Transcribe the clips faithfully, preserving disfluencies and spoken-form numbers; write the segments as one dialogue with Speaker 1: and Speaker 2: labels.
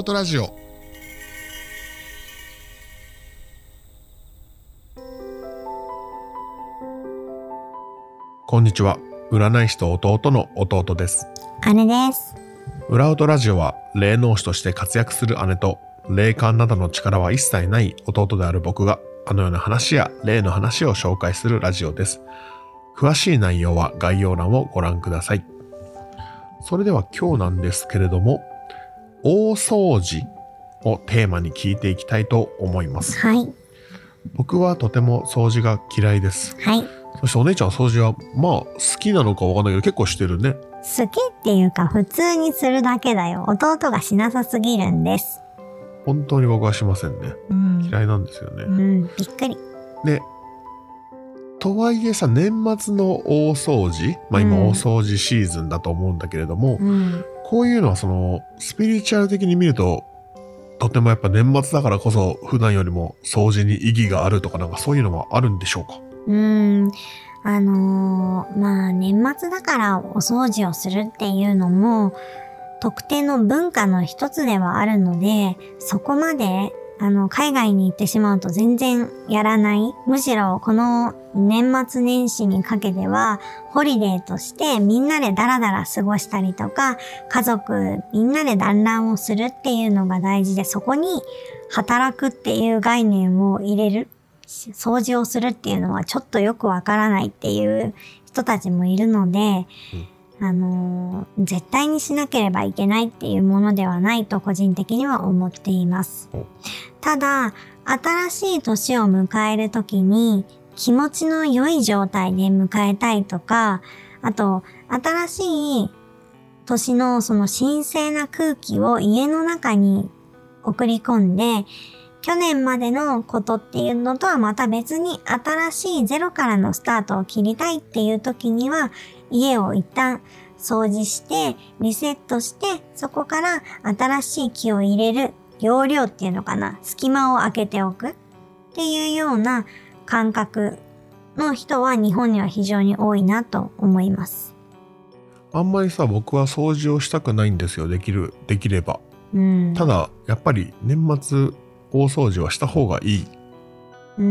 Speaker 1: 弟ラジオ。こんにちは。占い師と弟の弟です。
Speaker 2: 姉です。
Speaker 1: 裏弟ラジオは霊能師として活躍する姉と霊感などの力は一切ない弟である僕があのような話や霊の話を紹介するラジオです。詳しい内容は概要欄をご覧ください。それでは今日なんですけれども、大掃除をテーマに聞いていきたいと思います。
Speaker 2: はい。
Speaker 1: 僕はとても掃除が嫌いです。
Speaker 2: はい。
Speaker 1: そしてお姉ちゃん掃除はまあ好きなのかわかんないけど結構してるね。
Speaker 2: 好きっていうか普通にするだけだよ。弟がしなさすぎるんです。
Speaker 1: 本当に僕はしませんね。
Speaker 2: うん、
Speaker 1: 嫌いなんですよね。
Speaker 2: うん、びっくり。
Speaker 1: で、とはいえさ、年末の大掃除、まあ今大掃除シーズンだと思うんだけれども、うん、こういうのはそのスピリチュアル的に見るととてもやっぱ年末だからこそ普段よりも掃除に意義があるとかなんかそういうのはあるんでしょうか？
Speaker 2: うーん、あのー、まあ年末だからお掃除をするっていうのも特定の文化の一つではあるので、そこまであの海外に行ってしまうと全然やらない。むしろこの年末年始にかけてはホリデーとしてみんなでダラダラ過ごしたりとか、家族みんなで団らんをするっていうのが大事で、そこに働くっていう概念を入れる、掃除をするっていうのはちょっとよくわからないっていう人たちもいるので、うん、あのー、絶対にしなければいけないっていうものではないと個人的には思っています。ただ、新しい年を迎えるときに気持ちの良い状態で迎えたいとか、あと、新しい年のその神聖な空気を家の中に送り込んで、去年までのことっていうのとはまた別に新しいゼロからのスタートを切りたいっていう時には、家を一旦掃除してリセットして、そこから新しい気を入れる容量っていうのかな、隙間を空けておくっていうような感覚の人は日本には非常に多いなと思います。
Speaker 1: あんまりさ、僕は掃除をしたくないんですよ。できるできれば、
Speaker 2: うん、た
Speaker 1: だやっぱり年末大掃除はした方がいい。
Speaker 2: うん。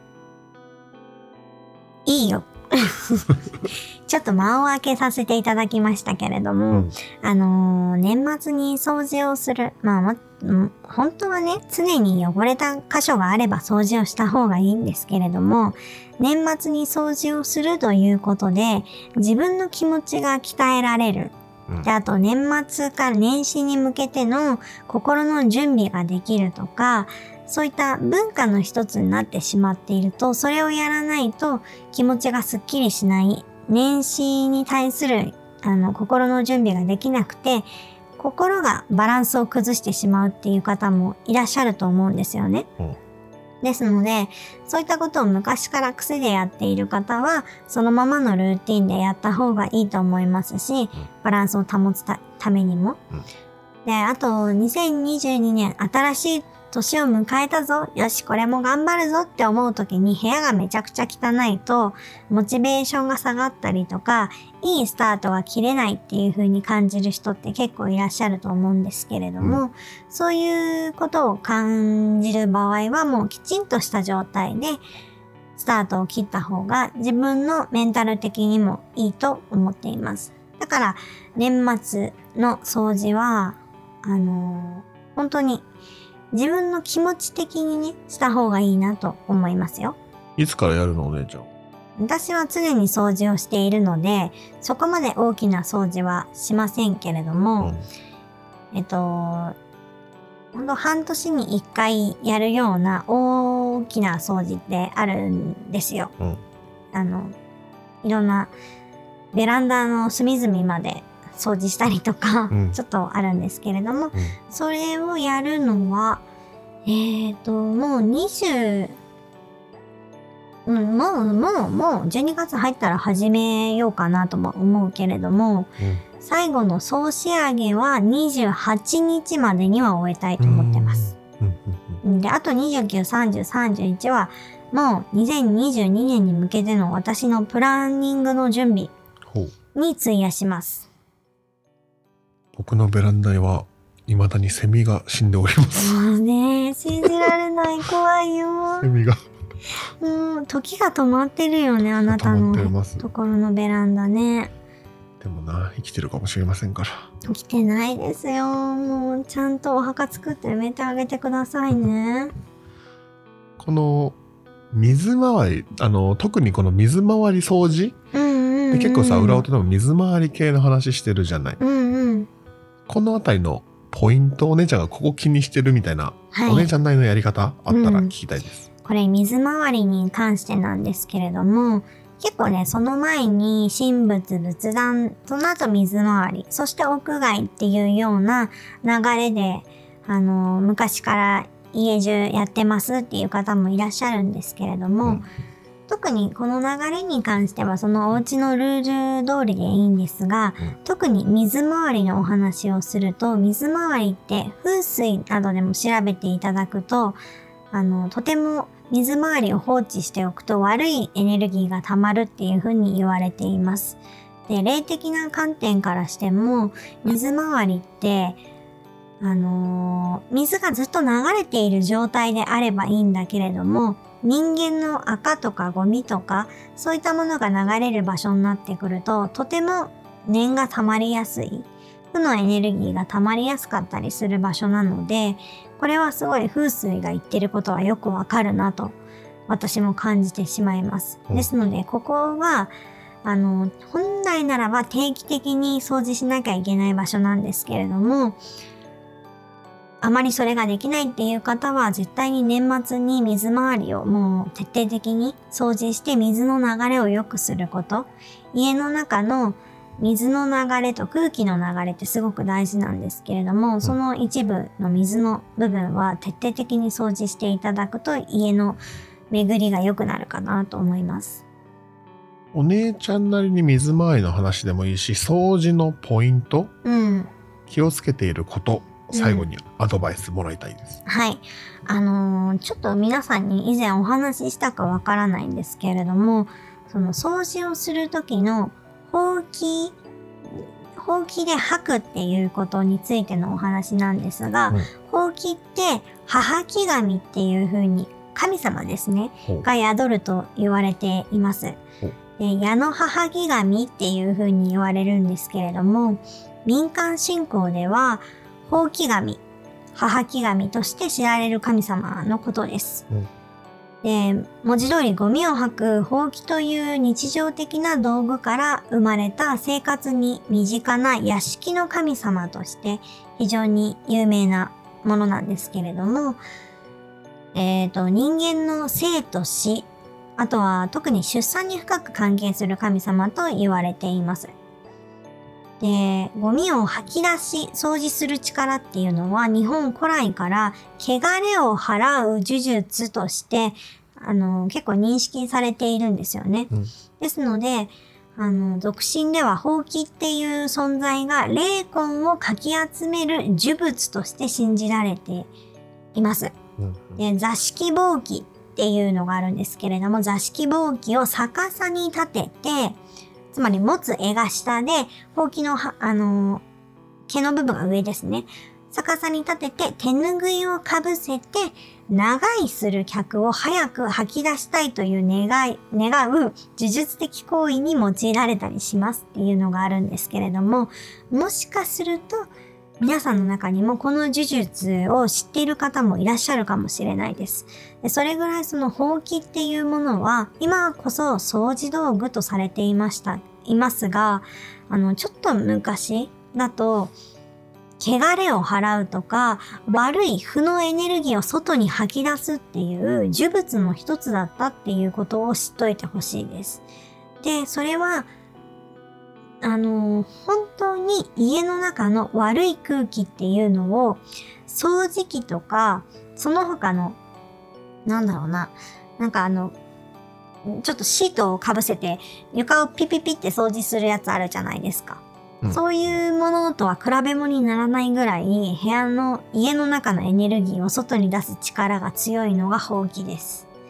Speaker 2: いいよ。ちょっと間を空けさせていただきましたけれども、うん、あのー、年末に掃除をする。まあ、ま、本当はね、常に汚れた箇所があれば掃除をした方がいいんですけれども、年末に掃除をするということで、自分の気持ちが鍛えられる。で、あと年末から年始に向けての心の準備ができるとか、そういった文化の一つになってしまっていると、それをやらないと気持ちがすっきりしない、年始に対するあの心の準備ができなくて、心がバランスを崩してしまうっていう方もいらっしゃると思うんですよね。うん、ですので、そういったことを昔から癖でやっている方は、そのままのルーティンでやった方がいいと思いますし、バランスを保つためにも。うん、で、あと、にせんにじゅうにねん、新しい年を迎えたぞ、よし、これも頑張るぞって思う時に部屋がめちゃくちゃ汚いと、モチベーションが下がったりとか、いいスタートが切れないっていう風に感じる人って結構いらっしゃると思うんですけれども、うん、そういうことを感じる場合はもうきちんとした状態でスタートを切った方が自分のメンタル的にもいいと思っています。だから年末の掃除は、あのー、本当に自分の気持ち的にね、した方がいいなと思いますよ。
Speaker 1: いつからやるのお姉ちゃん？
Speaker 2: 私は常に掃除をしているので、そこまで大きな掃除はしませんけれども、うん、えっと、ほんと半年に一回やるような大きな掃除ってあるんですよ。うん、あの、いろんなベランダの隅々まで掃除したりとか、うん、ちょっとあるんですけれども、うん、それをやるのは、えっと、もうにじゅう、うん、もう、もう、もう、じゅうにがつ入ったら始めようかなとも思うけれども、うん、最後の総仕上げはにじゅうはちにちまでには終えたいと思ってます。で、あとにじゅうく、さんじゅう、さんじゅういちは、もうにせんにじゅうにねんに向けての私のプランニングの準備に費やします。
Speaker 1: 僕のベランダには未だにセミが死んでおります。
Speaker 2: もうね、信じられない、怖いよ。
Speaker 1: セミが。
Speaker 2: もう時が止まってるよね、あなたのところのベランダね。
Speaker 1: でもな、生きてるかもしれませんから。
Speaker 2: 生きてないですよ。もうちゃんとお墓作って埋めてあげてくださいね。
Speaker 1: この水回り、あの特にこの水回り掃除、
Speaker 2: うんうんうん、
Speaker 1: で結構さ、裏音でも水回り系の話してるじゃない。
Speaker 2: うんうん、こ
Speaker 1: のあたりのポイント、お姉ちゃんがここ気にしてるみたいな、はい、お姉ちゃんなりのやり方あったら聞きたいです。
Speaker 2: うん、これ水回りに関してなんですけれども、結構ね、その前に神仏仏壇、その後水回り、そして屋外っていうような流れで、あの、昔から家中やってますっていう方もいらっしゃるんですけれども、うん、特にこの流れに関してはそのお家のルール通りでいいんですが、うん、特に水回りのお話をすると、水回りって風水などでも調べていただくと、あの、とても水回りを放置しておくと悪いエネルギーが溜まるっていうふうに言われています。で、霊的な観点からしても、水回りって、あのー、水がずっと流れている状態であればいいんだけれども、人間の垢とかゴミとか、そういったものが流れる場所になってくると、とても念が溜まりやすい。負のエネルギーが溜まりやすかったりする場所なので、これはすごい風水が言ってることはよくわかるなと私も感じてしまいます。ですのでここはあの本来ならば定期的に掃除しなきゃいけない場所なんですけれども、あまりそれができないっていう方は絶対に年末に水回りをもう徹底的に掃除して水の流れを良くすること、家の中の水の流れと空気の流れってすごく大事なんですけれども、その一部の水の部分は徹底的に掃除していただくと家の巡りが良くなるかなと思います。
Speaker 1: お姉ちゃんなりに水回りの話でもいいし、掃除のポイント、うん、気をつけていること、最後にアドバイスもらいたいです。
Speaker 2: うん、はい。あのー、ちょっと皆さんに以前お話ししたかわからないんですけれども、その掃除をする時のほうき、ほうきで吐くっていうことについてのお話なんですが、うん、ほうきって母木神っていう風に神様ですね、が宿ると言われています。で、矢の母木神っていう風に言われるんですけれども、民間信仰ではほうき神、母木神として知られる神様のことです。うん、で、文字通りゴミを吐くほうきという日常的な道具から生まれた生活に身近な屋敷の神様として非常に有名なものなんですけれども、えっと、人間の生と死、あとは特に出産に深く関係する神様と言われています。で、ゴミを吐き出し、掃除する力っていうのは日本古来から汚れを払う呪術として、あの、結構認識されているんですよね。うん、ですので、あの、俗神ではほうきっていう存在が霊魂をかき集める呪物として信じられています。うんうん、で、座敷ぼうきっていうのがあるんですけれども、座敷ぼうきを逆さに立てて、つまり持つ柄が下で、ほうきのは、あの、毛の部分が上ですね。逆さに立てて手ぬぐいをかぶせて、長居する客を早く吐き出したいという願い、願う呪術的行為に用いられたりしますっていうのがあるんですけれども、もしかすると皆さんの中にもこの呪術を知っている方もいらっしゃるかもしれないです。で、それぐらいそのほうきっていうものは今こそ掃除道具とされていました、いますが、あの、ちょっと昔だと、汚れを払うとか、悪い負のエネルギーを外に吐き出すっていう呪物の一つだったっていうことを知っといてほしいです。で、それは、あの、本当に家の中の悪い空気っていうのを、掃除機とか、その他の、なんだろうな、なんかあの、ちょっとシートをかぶせて床をピピピって掃除するやつあるじゃないですか。うん、そういうものとは比べ物にならないぐらい部屋の家の中のエネルギーを外に出す力が強いのがほうきです。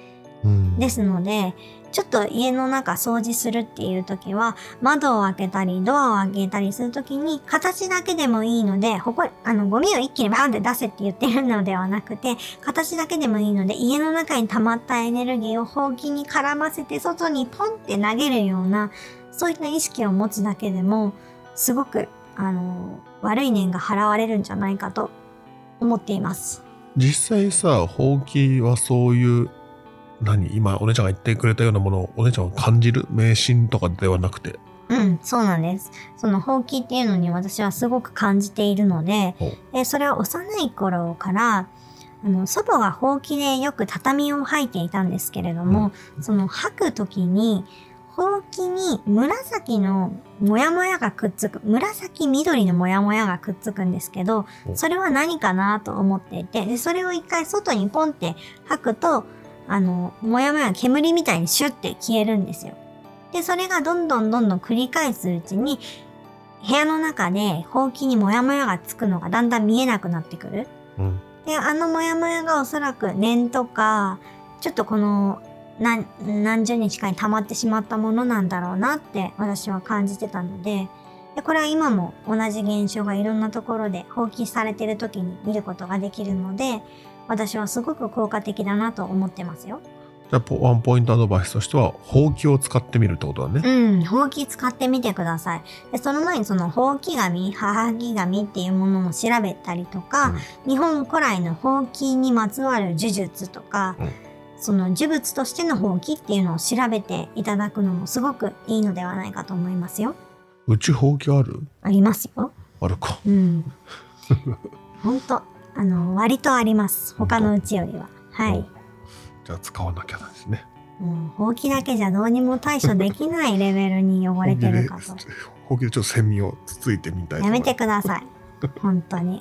Speaker 1: うん、
Speaker 2: ですので、ちょっと家の中掃除するっていう時は、窓を開けたりドアを開けたりする時に形だけでもいいので、ほこり、あのゴミを一気にバーンって出せって言ってるのではなくて、形だけでもいいので、家の中に溜まったエネルギーをほうきに絡ませて外にポンって投げるような、そういった意識を持つだけでもすごくあの悪い念が払われるんじゃないかと思っています。
Speaker 1: 実際さ、ほうきはそういう何今お姉ちゃんが言ってくれたようなものをお姉ちゃんは感じる迷信とかではなくて、
Speaker 2: うん、そうなんです。そのほうきっていうのに私はすごく感じているので、でそれは幼い頃からあの祖母がほうきでよく畳を履いていたんですけれども、うん、その履く時にほうきに紫のモヤモヤがくっつく、紫緑のモヤモヤがくっつくんですけど、それは何かなと思っていて、でそれを一回外にポンって履くと、あの、もやもや煙みたいにシュッて消えるんですよ。で、それがどんどんどんどん繰り返すうちに、部屋の中でほうきにもやもやがつくのがだんだん見えなくなってくる。
Speaker 1: うん、
Speaker 2: で、あのもやもやがおそらく念とか、ちょっとこの何、何十日かに溜まってしまったものなんだろうなって私は感じてたので、でこれは今も同じ現象がいろんなところで放棄されている時に見ることができるので、私はすごく効果的だなと思ってますよ。
Speaker 1: じゃあワンポイントアドバイスとしては、ほうきを使ってみるってことだね。
Speaker 2: うん、ほうき使ってみてください。でその前にそのほうき紙、はぎ紙っていうものも調べたりとか、うん、日本古来のほうきにまつわる呪術とか、うん、その呪物としてのほうきっていうのを調べていただくのもすごくいいのではないかと思いますよ。
Speaker 1: うちほうきある？
Speaker 2: ありますよ。
Speaker 1: あるか。
Speaker 2: うん。ほんと。あの割とあります。他のうちよりは。はい。
Speaker 1: じゃあ使わなきゃですね。
Speaker 2: うん、ほうきだけじゃどうにも対処できないレベルに汚れてるかと。
Speaker 1: ほうきでちょっとセミをつついてみたい。
Speaker 2: やめてください。本当に。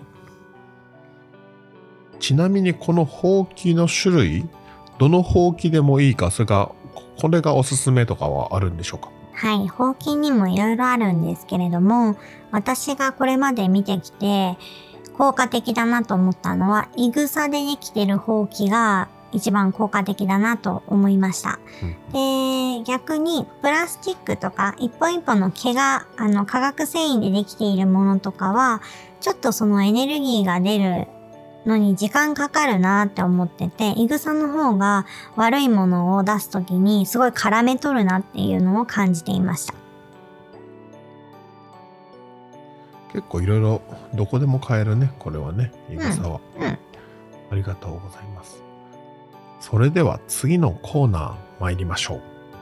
Speaker 1: ちなみにこのほうきの種類、どのほうきでもいいか、それがこれがおすすめとかはあるんでしょうか？
Speaker 2: はい、ほうきにもいろいろあるんですけれども、私がこれまで見てきて効果的だなと思ったのは、いぐさでできてるほうきが一番効果的だなと思いました。うん、で、逆にプラスチックとか一本一本の毛があの化学繊維でできているものとかは、ちょっとそのエネルギーが出るのに時間かかるなって思ってて、いぐさの方が悪いものを出すときにすごい絡め取るなっていうのを感じていました。
Speaker 1: 結構いろいろどこでも買えるね、これはね、いぐさは、
Speaker 2: うんうん、
Speaker 1: ありがとうございます。それでは次のコーナー参りましょう。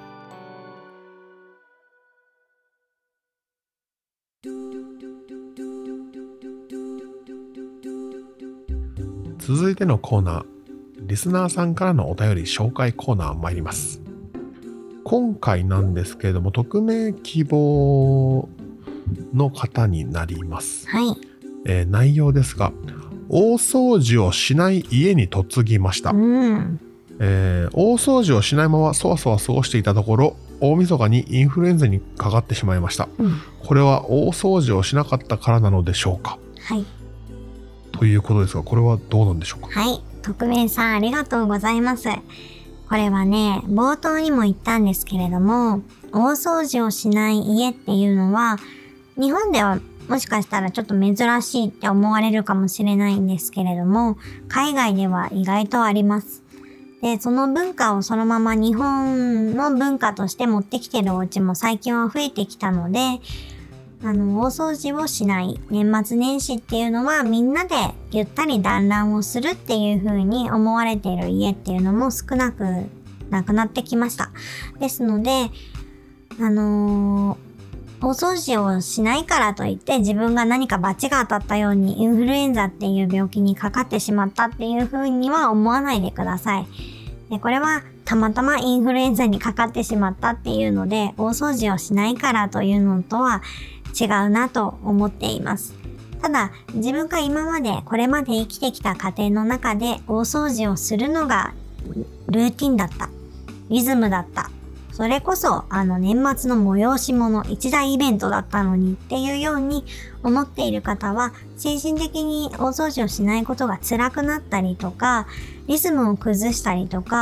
Speaker 1: 続いてのコーナー、リスナーさんからのお便り紹介コーナー参ります。今回なんですけれども、匿名希望の方になります。
Speaker 2: はい。
Speaker 1: えー、内容ですが、大掃除をしない家に嫁ぎました。
Speaker 2: うん
Speaker 1: えー、大掃除をしないままそわそわ過ごしていたところ、大晦日にインフルエンザにかかってしまいました。うん、これは大掃除をしなかったからなのでしょうか？
Speaker 2: はい。
Speaker 1: ということですが、これはどうなんでしょうか？
Speaker 2: はい。匿名さんありがとうございます。これはね、冒頭にも言ったんですけれども、大掃除をしない家っていうのは、日本ではもしかしたらちょっと珍しいって思われるかもしれないんですけれども、海外では意外とあります。で、その文化をそのまま日本の文化として持ってきてるお家も最近は増えてきたので、あの、大掃除をしない年末年始っていうのはみんなでゆったり団らんをするっていう風に思われている家っていうのも少なくなくなってきました。ですので、あのー、大掃除をしないからといって自分が何か罰が当たったようにインフルエンザっていう病気にかかってしまったっていう風には思わないでください。で、これはたまたまインフルエンザにかかってしまったっていうので、大掃除をしないからというのとは違うなと思っています。ただ、自分が今までこれまで生きてきた過程の中で大掃除をするのがルーティンだった。リズムだった。それこそあの年末の催し物、一大イベントだったのにっていうように思っている方は、精神的に大掃除をしないことが辛くなったりとか、リズムを崩したりとか、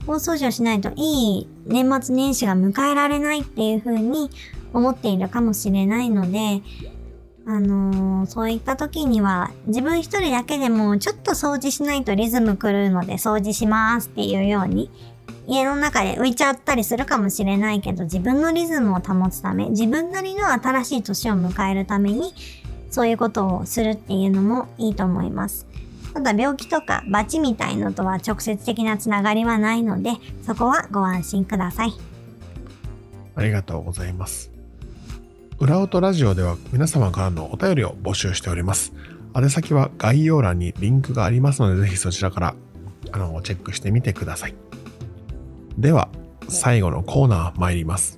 Speaker 2: 大掃除をしないといい年末年始が迎えられないっていう風に思っているかもしれないので、あのー、そういった時には自分一人だけでもちょっと掃除しないとリズム狂うので掃除しますっていうように、家の中で浮いちゃったりするかもしれないけど、自分のリズムを保つため、自分なりの新しい年を迎えるためにそういうことをするっていうのもいいと思います。ただ病気とか罰みたいのとは直接的なつながりはないので、そこはご安心ください。
Speaker 1: ありがとうございます。裏音ラジオでは皆様からのお便りを募集しております。宛先は概要欄にリンクがありますので、ぜひそちらからあのチェックしてみてください。では最後のコーナー参ります。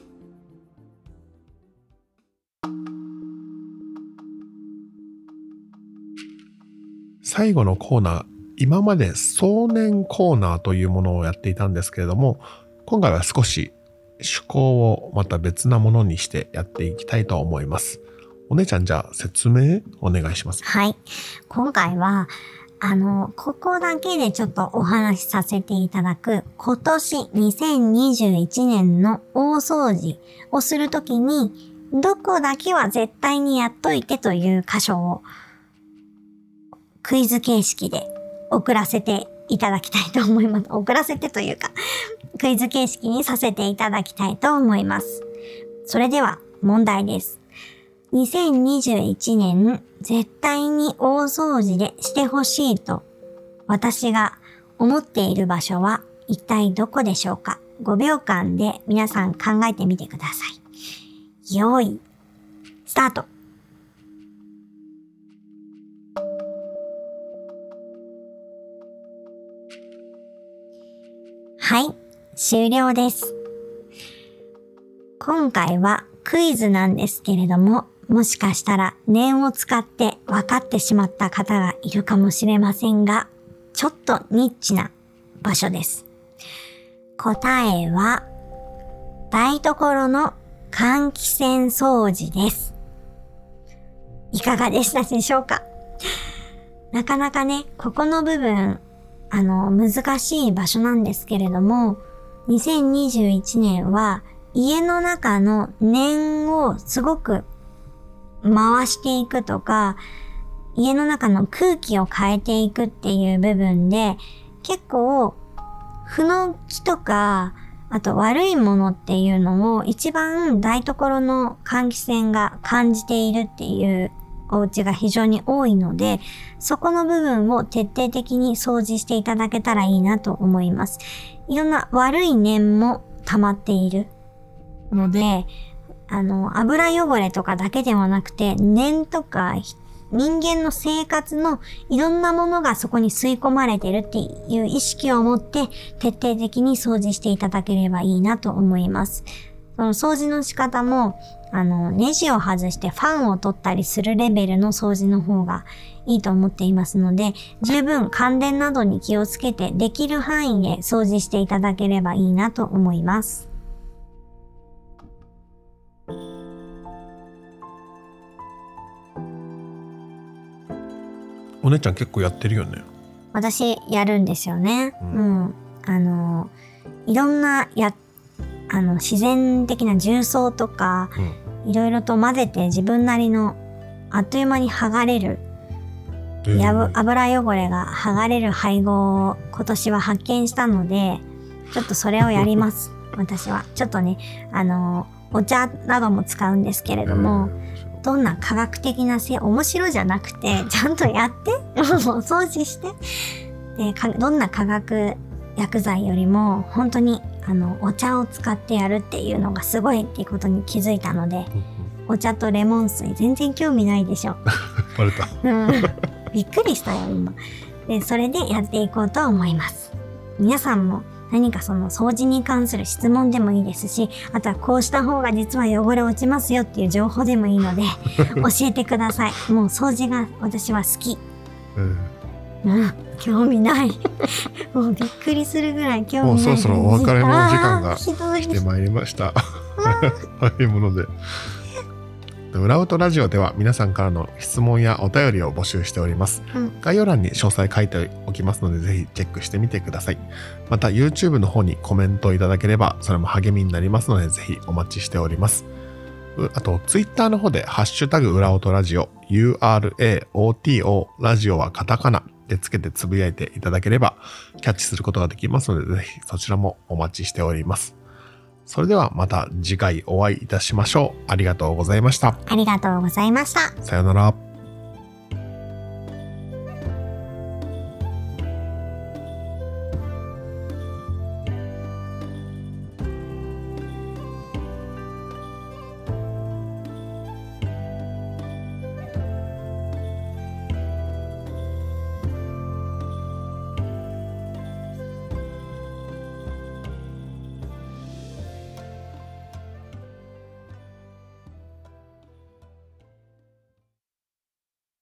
Speaker 1: 最後のコーナー、今まで壮年コーナーというものをやっていたんですけれども、今回は少し趣向をまた別なものにしてやっていきたいと思います。お姉ちゃん、じゃあ説明お願いします。
Speaker 2: はい。今回は、あの、ここだけでちょっとお話しさせていただく、今年にせんにじゅういちねんの大掃除をするときに、どこだけは絶対にやっといてという箇所を、クイズ形式で送らせていただきたいと思います。送らせてというか、クイズ形式にさせていただきたいと思います。それでは問題です。にせんにじゅういちねん絶対に大掃除でしてほしいと私が思っている場所は一体どこでしょうか？ごびょうかんで皆さん考えてみてください。用意、スタート。はい、終了です。今回はクイズなんですけれども、もしかしたら念を使って分かってしまった方がいるかもしれませんが、ちょっとニッチな場所です。答えは、台所の換気扇掃除です。いかがでしたでしょうか？なかなかね、ここの部分、あの、難しい場所なんですけれども、にせんにじゅういちねんは家の中の念をすごく回していくとか、家の中の空気を変えていくっていう部分で、結構、負の気とか、あと悪いものっていうのを一番台所の換気扇が感じているっていうお家が非常に多いので、そこの部分を徹底的に掃除していただけたらいいなと思います。いろんな悪い念も溜まっているので、あの、油汚れとかだけではなくて、念とか人間の生活のいろんなものがそこに吸い込まれてるっていう意識を持って徹底的に掃除していただければいいなと思います。その掃除の仕方も、あの、ネジを外してファンを取ったりするレベルの掃除の方がいいと思っていますので、十分感電などに気をつけてできる範囲で掃除していただければいいなと思います。
Speaker 1: お姉ちゃん結構やってるよね。
Speaker 2: 私やるんですよね。
Speaker 1: う
Speaker 2: うん。あの、いろんなや、あの、自然的な重曹とか、
Speaker 1: うん、
Speaker 2: いろいろと混ぜて自分なりのあっという間に剥がれる、
Speaker 1: えー、
Speaker 2: やぶ油汚れが剥がれる配合を今年は発見したので、ちょっとそれをやります。私は。ちょっとね、あの、お茶なども使うんですけれども、えー、どんな科学的なせい、面白じゃなくて、ちゃんとやって、もう掃除して、で、かどんな化学薬剤よりも、本当に、あの、お茶を使ってやるっていうのがすごいっていうことに気づいたので、お茶とレモン水全然興味ないでしょ。
Speaker 1: バレた。
Speaker 2: うん。びっくりしたよ、今。で、それでやっていこうと思います。皆さんも何かその掃除に関する質問でもいいですし、あとはこうした方が実は汚れ落ちますよっていう情報でもいいので、教えてください。もう掃除が私は好き。
Speaker 1: うん
Speaker 2: うん、興味ない。もうびっくりするぐらい興味ない。
Speaker 1: もうそろそろお別れの時間が来てまいりました。早いもので。 裏音ラジオでは皆さんからの質問やお便りを募集しております。
Speaker 2: うん、
Speaker 1: 概要欄に詳細書いておきますので、ぜひチェックしてみてください。また YouTube の方にコメントいただければ、それも励みになりますので、ぜひお待ちしております。あと Twitter の方でハッシュタグ裏音ラジオ ユーアールエーオーティーオー ラジオはカタカナでつけてつぶやいていただければキャッチすることができますので、ぜひそちらもお待ちしております。それではまた次回お会いいたしましょう。ありがとうございました。
Speaker 2: ありがとうございました。
Speaker 1: さようなら。